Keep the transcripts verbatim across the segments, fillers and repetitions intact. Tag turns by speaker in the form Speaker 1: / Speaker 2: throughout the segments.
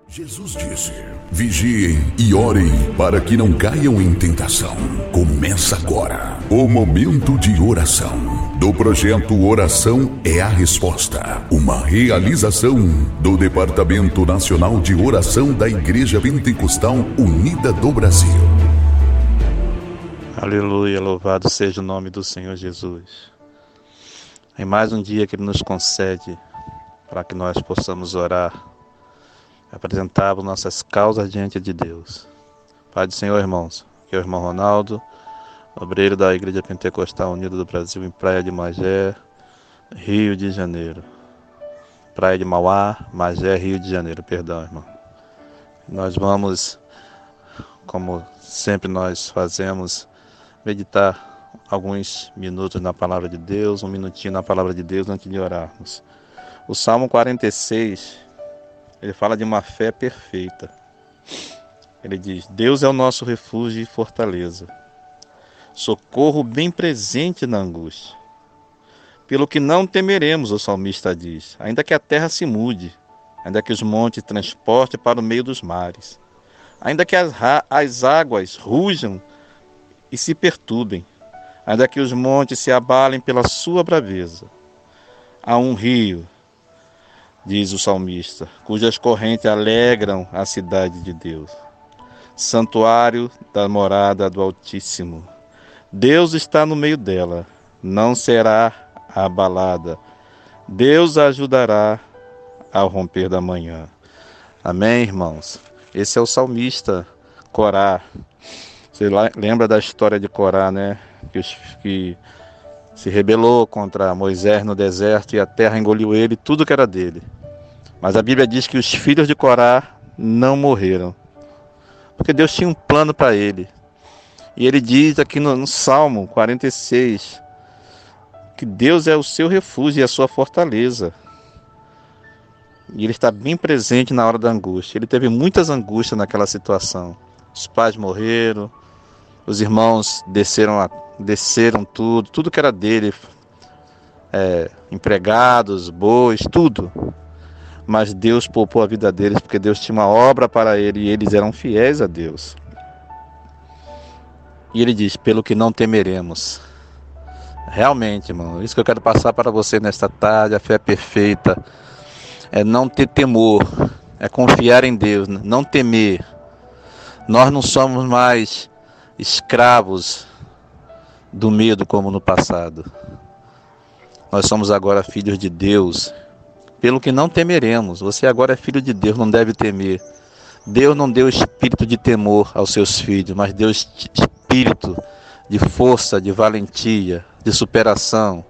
Speaker 1: Jesus disse: vigiem e orem para que não caiam em tentação. Começa agora o momento de oração do projeto Oração é a Resposta, uma realização do Departamento Nacional de Oração da Igreja Pentecostal Unida do Brasil.
Speaker 2: Aleluia, louvado seja o nome do Senhor Jesus. Em mais um dia que Ele nos concede para que nós possamos orar, apresentávamos nossas causas diante de Deus. Pai do Senhor, irmãos, aqui é o irmão Ronaldo, obreiro da Igreja Pentecostal Unida do Brasil, em Praia de Magé, Rio de Janeiro. Praia de Mauá, Magé, Rio de Janeiro, perdão, irmão. Nós vamos, como sempre nós fazemos, meditar alguns minutos na Palavra de Deus, um minutinho na Palavra de Deus antes de orarmos. O Salmo quarenta e seis, ele fala de uma fé perfeita. Ele diz: Deus é o nosso refúgio e fortaleza, socorro bem presente na angústia. Pelo que não temeremos, o salmista diz, ainda que a terra se mude, ainda que os montes transportem para o meio dos mares, ainda que as, as águas rujam e se perturbem, ainda que os montes se abalem pela sua braveza. Há um rio, diz o salmista, cujas correntes alegram a cidade de Deus, santuário da morada do Altíssimo. Deus está no meio dela, não será abalada. Deus a ajudará ao romper da manhã. Amém, irmãos? Esse é o salmista Corá. Você lembra da história de Corá, né? Que, os, que se rebelou contra Moisés no deserto e a terra engoliu ele, tudo que era dele. Mas a Bíblia diz que os filhos de Corá não morreram, porque Deus tinha um plano para ele. E ele diz aqui no, no Salmo quarenta e seis, que Deus é o seu refúgio e a sua fortaleza. E ele está bem presente na hora da angústia. Ele teve muitas angústias naquela situação. Os pais morreram, os irmãos desceram, a, desceram tudo, tudo que era dele, é, empregados, bois, tudo. Mas Deus poupou a vida deles, porque Deus tinha uma obra para ele e eles eram fiéis a Deus. E ele diz: pelo que não temeremos. Realmente, irmão, isso que eu quero passar para você nesta tarde, a fé perfeita, é não ter temor, é confiar em Deus, não temer. Nós não somos mais escravos do medo como no passado. Nós somos agora filhos de Deus, pelo que não temeremos. Você agora é filho de Deus, não deve temer. Deus não deu espírito de temor aos seus filhos, mas deu espírito de força, de valentia, de superação,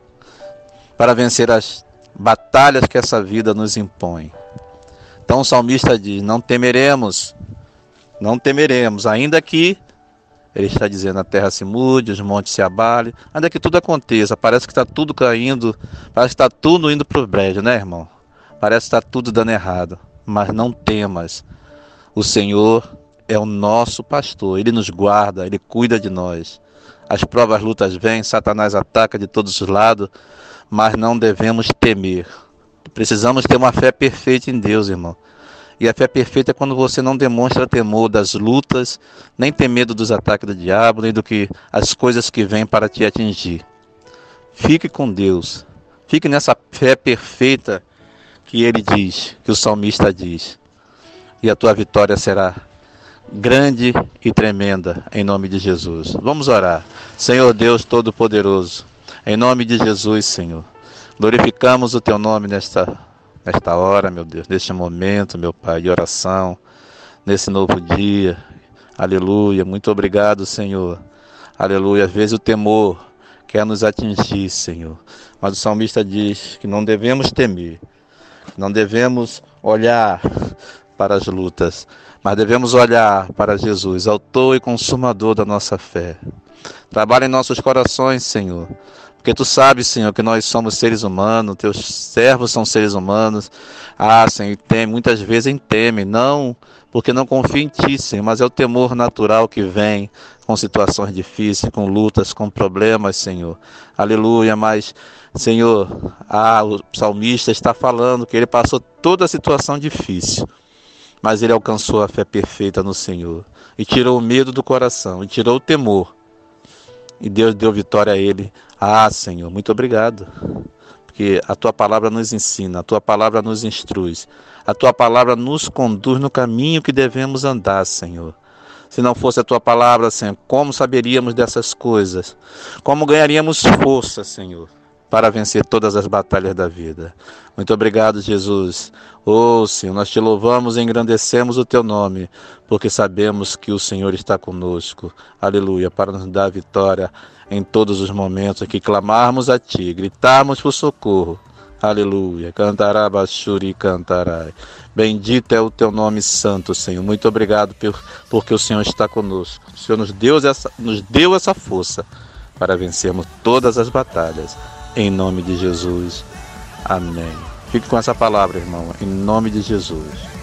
Speaker 2: para vencer as batalhas que essa vida nos impõe. Então o salmista diz: não temeremos, não temeremos, ainda que, ele está dizendo, a terra se mude, os montes se abalem, ainda que tudo aconteça, parece que está tudo caindo, parece que está tudo indo para o brejo, né, irmão? Parece que está tudo dando errado, mas não temas, o Senhor é o nosso pastor, Ele nos guarda, Ele cuida de nós. As provas, lutas vêm, Satanás ataca de todos os lados, mas não devemos temer. Precisamos ter uma fé perfeita em Deus, irmão. E a fé perfeita é quando você não demonstra temor das lutas, nem tem medo dos ataques do diabo, nem do que as coisas que vêm para te atingir. Fique com Deus. Fique nessa fé perfeita que ele diz, que o salmista diz. E a tua vitória será grande e tremenda, em nome de Jesus. Vamos orar. Senhor Deus Todo-Poderoso, em nome de Jesus, Senhor, glorificamos o teu nome nesta, nesta hora, meu Deus, neste momento, meu Pai, de oração, nesse novo dia. Aleluia, muito obrigado, Senhor. Aleluia, às vezes o temor quer nos atingir, Senhor, mas o salmista diz que não devemos temer, não devemos olhar para as lutas, mas devemos olhar para Jesus, autor e consumador da nossa fé. Trabalha em nossos corações, Senhor, porque Tu sabes, Senhor, que nós somos seres humanos, Teus servos são seres humanos. Ah, Senhor, tem, muitas vezes temem, não porque não confiam em Ti, Senhor, mas é o temor natural que vem com situações difíceis, com lutas, com problemas, Senhor. Aleluia, mas, Senhor, ah, o salmista está falando que ele passou toda a situação difícil. mas ele alcançou a fé perfeita no Senhor, e tirou o medo do coração, e tirou o temor, e Deus deu vitória a ele. Ah, Senhor, muito obrigado, porque a Tua palavra nos ensina, a Tua palavra nos instrui, a Tua palavra nos conduz no caminho que devemos andar, Senhor. Se não fosse a Tua palavra, Senhor, como saberíamos dessas coisas? Como ganharíamos força, Senhor, para vencer todas as batalhas da vida? Muito obrigado, Jesus. Oh, Senhor, nós Te louvamos e engrandecemos o Teu nome, porque sabemos que o Senhor está conosco. Aleluia, para nos dar vitória em todos os momentos que clamarmos a Ti, gritarmos por socorro. Aleluia. Cantará, Bachuri, cantarai. Bendito é o Teu nome santo, Senhor. Muito obrigado por, porque o Senhor está conosco. O Senhor nos deu, essa, nos deu essa força para vencermos todas as batalhas. Em nome de Jesus. Amém. Fique com essa palavra, irmão. Em nome de Jesus.